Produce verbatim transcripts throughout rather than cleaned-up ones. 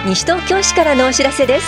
西東京市からのお知らせです。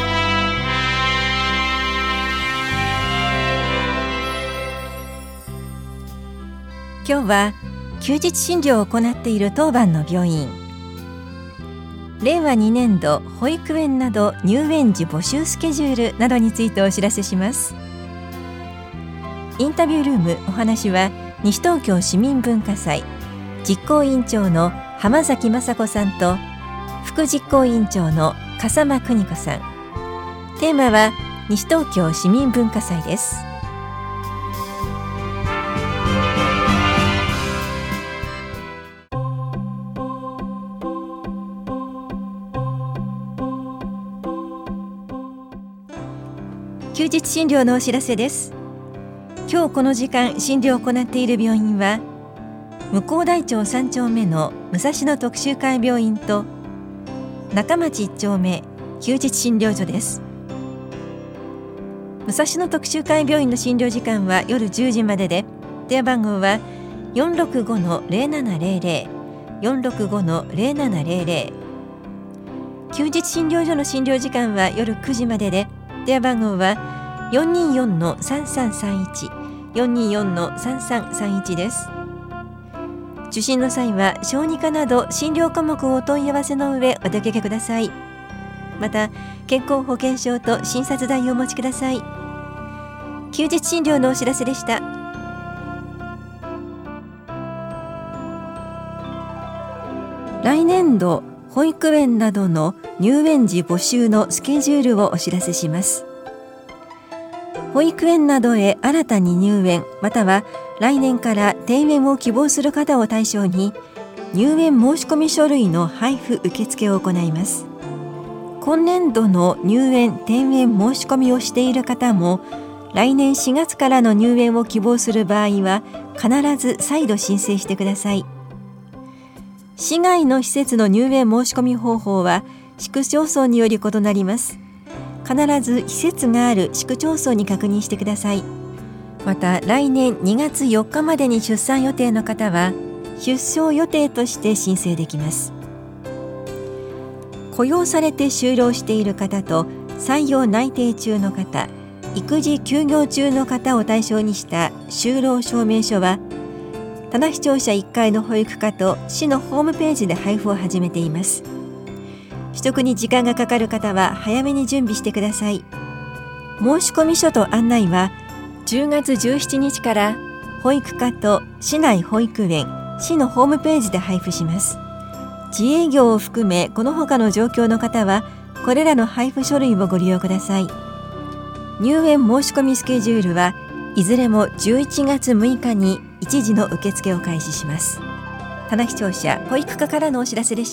今日は休日診療を行っている当番の病院、れいわにねんど保育園など入園時募集スケジュールなどについてお知らせします。インタビュールームお話は西東京市民文化祭実行委員長の浜崎雅子さんと副実行委員長の笠間邦子さん。テーマは西東京市民文化祭です。休日診療のお知らせです。今日この時間診療を行っている病院は向こう台町さんちょうめの武蔵野特集会病院と中町いっちょうめ休日診療所です。武蔵野特集会病院の診療時間は夜じゅうじまでで、電話番号は よんろくごのゼロななゼロゼロ よんろくごのゼロななゼロゼロ。休日診療所の診療時間は夜くじまでで、電話番号は よんにーよんのさんさんさんいち よんにーよんのさんさんさんいち です。受診の際は小児科など診療科目をお問い合わせの上お出かけください。また健康保険証と診察代をお持ちください。休日診療のお知らせでした。来年度保育園などの入園時募集のスケジュールをお知らせします。保育園などへ新たに入園または来年から転園を希望する方を対象に入園申込書類の配布受付を行います。今年度の入園転園申し込みをしている方も来年しがつからの入園を希望する場合は必ず再度申請してください。市外の施設の入園申し込み方法は市区町村により異なります。必ず施設がある市区町村に確認してください。また来年にがつよっかまでに出産予定の方は出生予定として申請できます。雇用されて就労している方と採用内定中の方、育児休業中の方を対象にした就労証明書は棚視聴者いっかいの保育課と市のホームページで配布を始めています。取得に時間がかかる方は早めに準備してください。申込書と案内はじゅうがつじゅうしちにちから保育課と市内保育園、市のホームページで配布します。自営業を含めこの他の状況の方はこれらの配布書類をご利用ください。入園申し込みスケジュールはいずれもじゅういちがつむいかに一時の受付を開始します。棚視聴者保育課からのお知らせでした。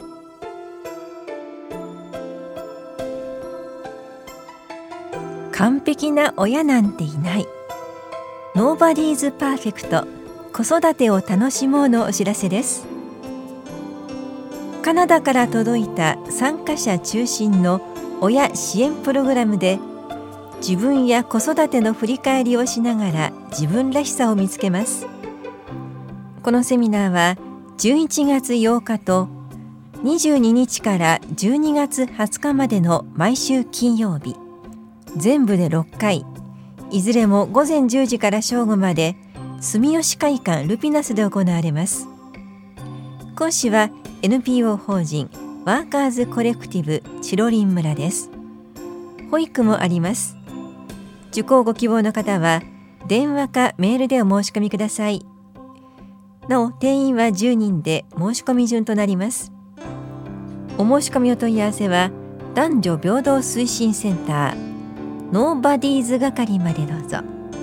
完璧な親なんていない。Nobody's Perfect 子育てを楽しもうのお知らせです。カナダから届いた参加者中心の親支援プログラムで自分や子育ての振り返りをしながら自分らしさを見つけます。このセミナーはじゅういちがつようかとにじゅうににちからじゅうにがつはつかまでの毎週金曜日、全部でろっかい、いずれもごぜんじゅうじから正午まで住吉会館ルピナスで行われます。講師は エヌピーオー 法人ワーカーズコレクティブチロリン村です。保育もあります。受講ご希望の方は電話かメールでお申し込みください。なお定員はじゅうにんで申し込み順となります。お申し込みお問い合わせは男女平等推進センターノーバディーズ係までどうぞ。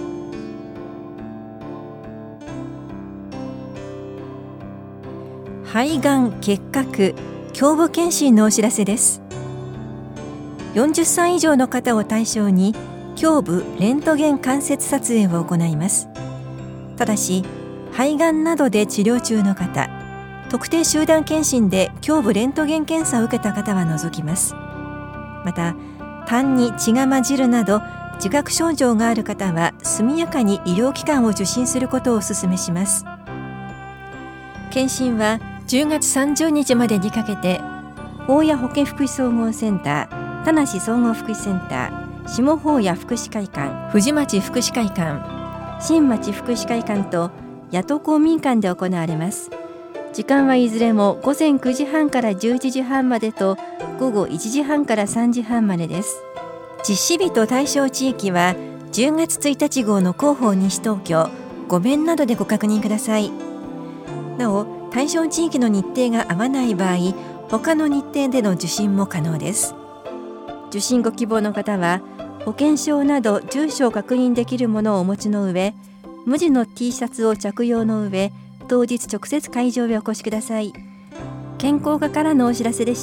肺がん結核胸部検診のお知らせです。よんじゅっさい以上の方を対象に胸部レントゲン関節撮影を行います。ただし肺がんなどで治療中の方、特定集団検診で胸部レントゲン検査を受けた方は除きます。また痰に血が混じるなど自覚症状がある方は速やかに医療機関を受診することをお勧めします。検診はじゅうがつさんじゅうにちまでにかけて保谷保健福祉総合センター、田無総合福祉センター、下保谷福祉会館、藤町福祉会館、新町福祉会館と野党公民館で行われます。時間はいずれもごぜんくじはんからじゅういちじはんまでとごごいちじはんからさんじはんまでです。実施日と対象地域はじゅうがつついたち号の広報西東京ご面などでご確認ください。なお、対象地域の日程が合わない場合、他の日程での受診も可能です。受診ご希望の方は保険証など住所を確認できるものをお持ちの上、無地の T シャツを着用の上、当日直接会場へお越しください。健康課からのお知らせでした。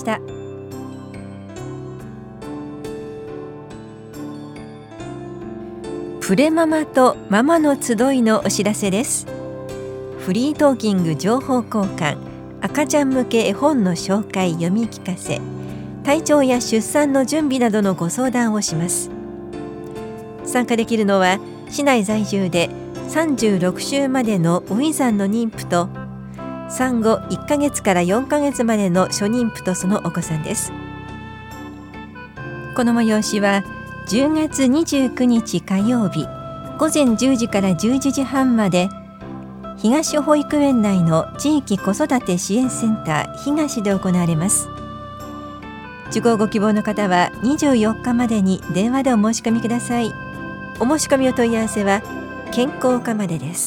プレママとママの集いのお知らせです。フリートーキング情報交換、赤ちゃん向け絵本の紹介読み聞かせ、体調や出産の準備などのご相談をします。参加できるのは市内在住でさんじゅうろくしゅうまでのおい産の妊婦と産後いっかげつからよんかげつまでの初妊婦とそのお子さんです。この催しはじゅうがつにじゅうくにち火曜日ごぜんじゅうじからじゅういちじはんまで、東保育園内の地域子育て支援センター東で行われます。受講ご希望の方はにじゅうよっかまでに電話でお申し込みください。お申し込みお問い合わせは健康課までです。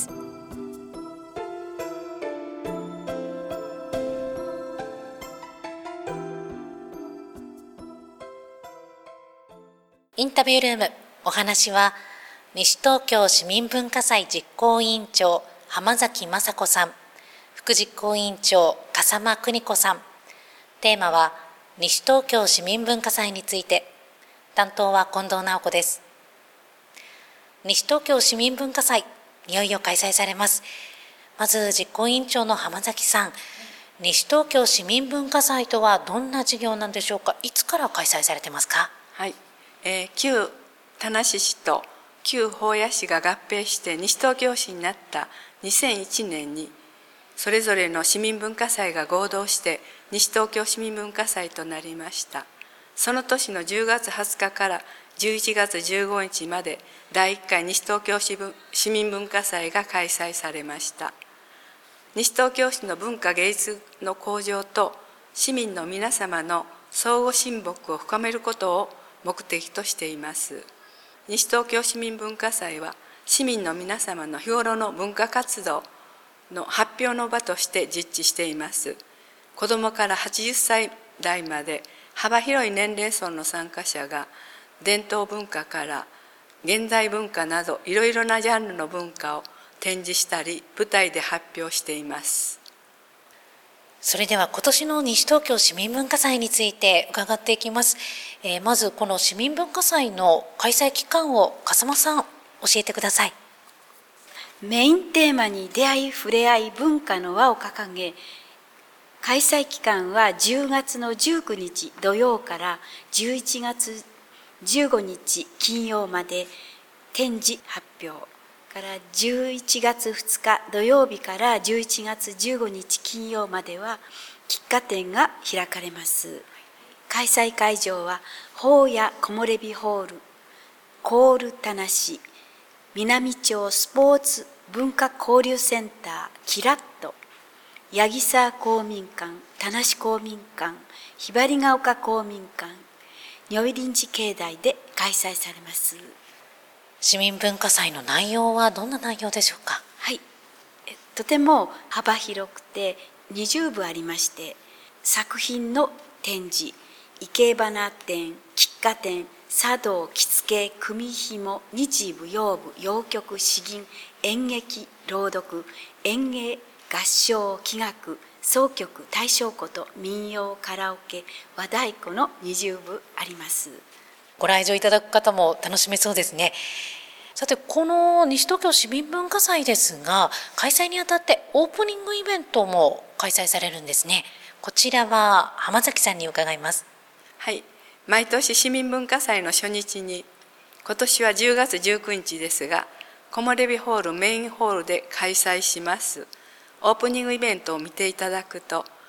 インタビュールーム、お話は西東京市民文化祭実行委員長浜崎雅子さん、副実行委員長笠間邦子さん。テーマは西東京市民文化祭について。担当は近藤直子です。西東京市民文化祭、いよいよ開催されます。まず実行委員長の浜崎さん、西東京市民文化祭とはどんな事業なんでしょうか。いつから開催されてますか。 はい、えー、旧田無市と旧保谷市が合併して西東京市になったにせんいちねんに、それぞれの市民文化祭が合同して西東京市民文化祭となりました。その年のじゅうがつはつかからじゅういちがつじゅうごにちまでだいいっかい西東京市民文化祭が開催されました。西東京市の文化芸術の向上と市民の皆様の相互親睦を深めることを目的としています。西東京市民文化祭は市民の皆様の日頃の文化活動の発表の場として実施しています。子どもからはちじゅっさいだいまで幅広い年齢層の参加者が伝統文化から現代文化などいろいろなジャンルの文化を展示したり舞台で発表しています。 それでは今年の西東京市民文化祭について伺っていきます。えー、まずこの市民文化祭の開催期間を笠間さん教えてください。 メインテーマに出会いふれあい文化の輪を掲げ、開催期間はじゅうがつのじゅうくにち土曜からじゅういちがつじゅうごにち金曜まで展示発表からじゅういちがつふつか土曜日からじゅういちがつじゅうごにち金曜までは喫茶店が開かれます。開催会場は保谷木漏れ日ホール、コール田無、南町スポーツ文化交流センターキラッと、八木沢公民館、田無公民館、ひばりが丘公民館、如意臨時境内で開催されます。 市民文化祭の内容はどんな内容でしょうか。 はい、とても幅広くてにじゅうぶありまして、作品の展示、生け花展、喫茶店、茶道、着付け、組紐、日舞踊部、謡曲、詩吟、演劇、朗読、演芸、合唱、器楽、箏曲、大正琴、民謡、カラオケ、和太鼓のにじゅうぶあります。 ご来場いただく方も楽しめそうですね。さて、この西東京市民文化祭ですが、開催にあたってオープニングイベントも開催されるんですね。こちらは浜崎さんに伺います。 はい、毎年市民文化祭の初日に、今年はじゅうがつじゅうくにちですが、木漏れ日ホールメインホールで開催します。オープニングイベントを見ていただくと、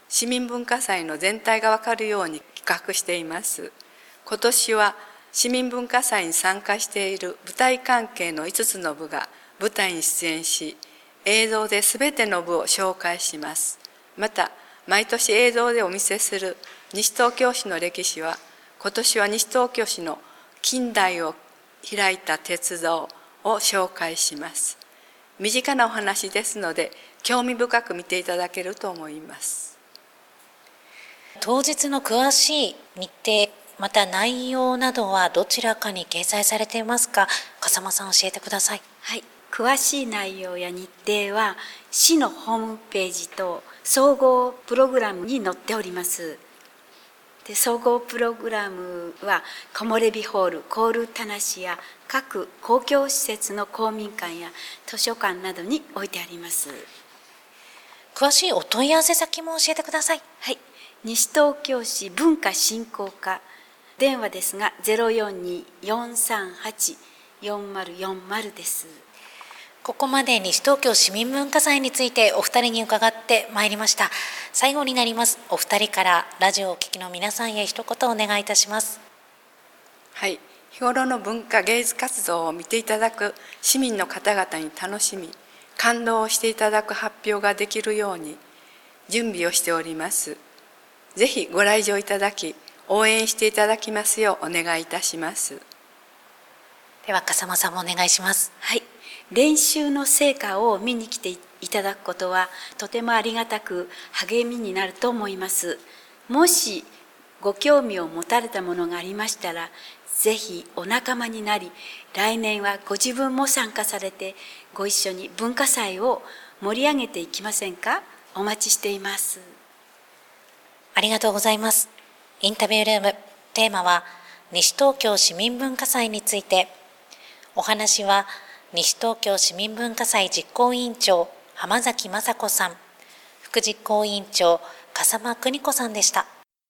市民文化祭の全体がわかるように企画しています。今年は市民文化祭に参加している舞台関係のいつつの部が舞台に出演し、映像で全ての部を紹介します。また、毎年映像でお見せする西東京市の歴史は、今年は西東京市の近代を開いた鉄道を紹介します。身近なお話ですので、興味深く見ていただけると思います。 当日の詳しい日程、また内容などはどちらかに掲載されていますか。笠間さん、教えてください。 はい、詳しい内容や日程は市のホームページと総合プログラムに載っております。で、総合プログラムは木漏れ日ホール、コール田無や各公共施設の公民館や図書館などに置いてあります。 詳しいお問い合わせ先も教えてください。 はい、西東京市文化振興課、電話ですが ゼロよんにーよんさんはちよんまるよんまるです。 ここまで西東京市民文化祭についてお二人に伺ってまいりました。最後になります。お二人からラジオをお聞きの皆さんへ一言お願いいたします。 はい、日頃の文化芸術活動を見ていただく市民の方々に楽しみ、感動をしていただく発表ができるように準備をしております。ぜひご来場いただき、応援していただきますようお願いいたします。 では笠間さんもお願いします。 はい、練習の成果を見に来ていただくことはとてもありがたく励みになると思います。もしご興味を持たれたものがありましたら、ぜひお仲間になり、来年はご自分も参加されてご一緒に文化祭を盛り上げていきませんか。お待ちしています。 ありがとうございます。インタビュールーム、テーマは西東京市民文化祭について。お話は西東京市民文化祭実行委員長浜崎雅子さん、副実行委員長笠間邦子さんでした。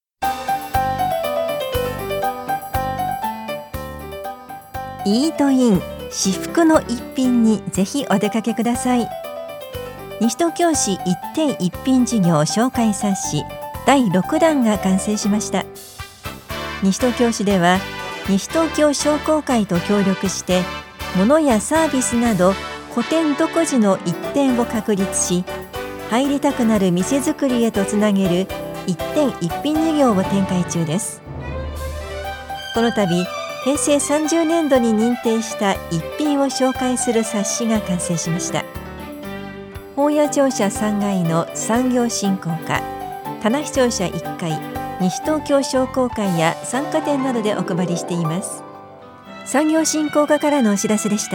イートイン至福の一品にぜひお出かけください。西東京市一点一品事業紹介冊子だいろくだんが完成しました。西東京市では西東京商工会と協力して物やサービスなど個店独自の一店を確立し、入りたくなる店づくりへとつなげる一店一品事業を展開中です。この度へいせいさんじゅうねんどに認定した一品を紹介する冊子が完成しました。本屋庁舎さんがいの産業振興課、棚視庁舎いっかい、西東京商工会や参加店などでお配りしています。産業振興課からのお知らせでした。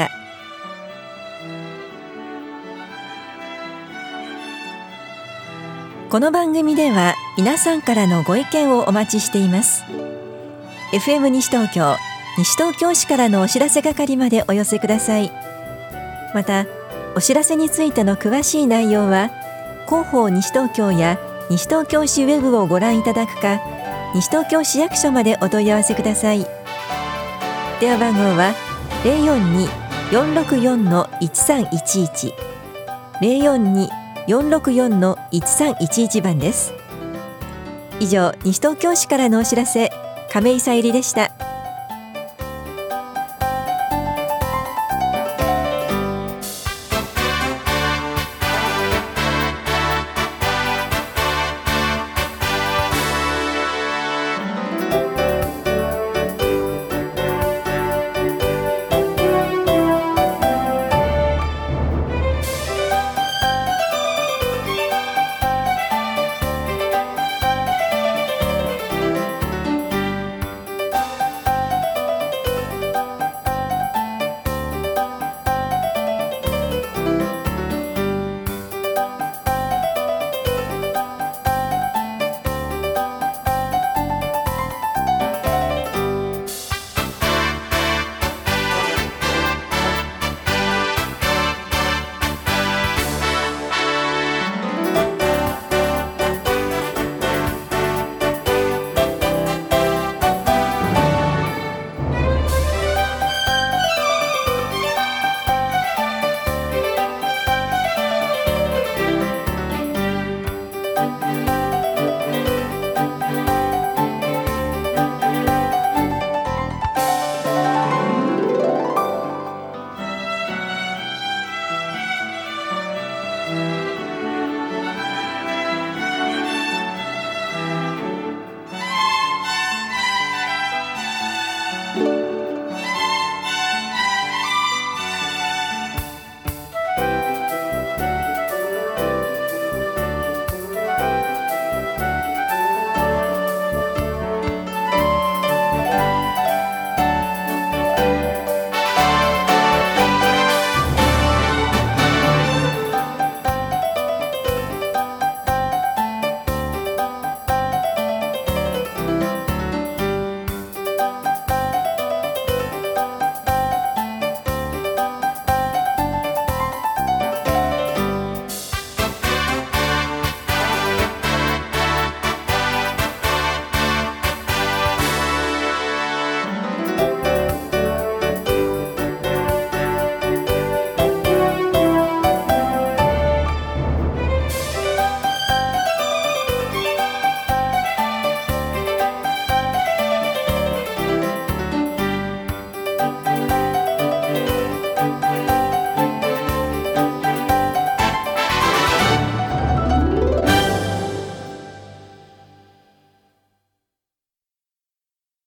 この番組では皆さんからのご意見をお待ちしています。 エフエム 西東京、西東京市からのお知らせ係までお寄せください。またお知らせについての詳しい内容は広報西東京や西東京市ウェブをご覧いただくか、西東京市役所までお問い合わせください。電話番号は ゼロよんにーよんろくよんのいちさんいちいち ゼロよんにーよんろくよんのいちさんいちいち番です。以上、西東京市からのお知らせ、亀井さゆりでした。 す。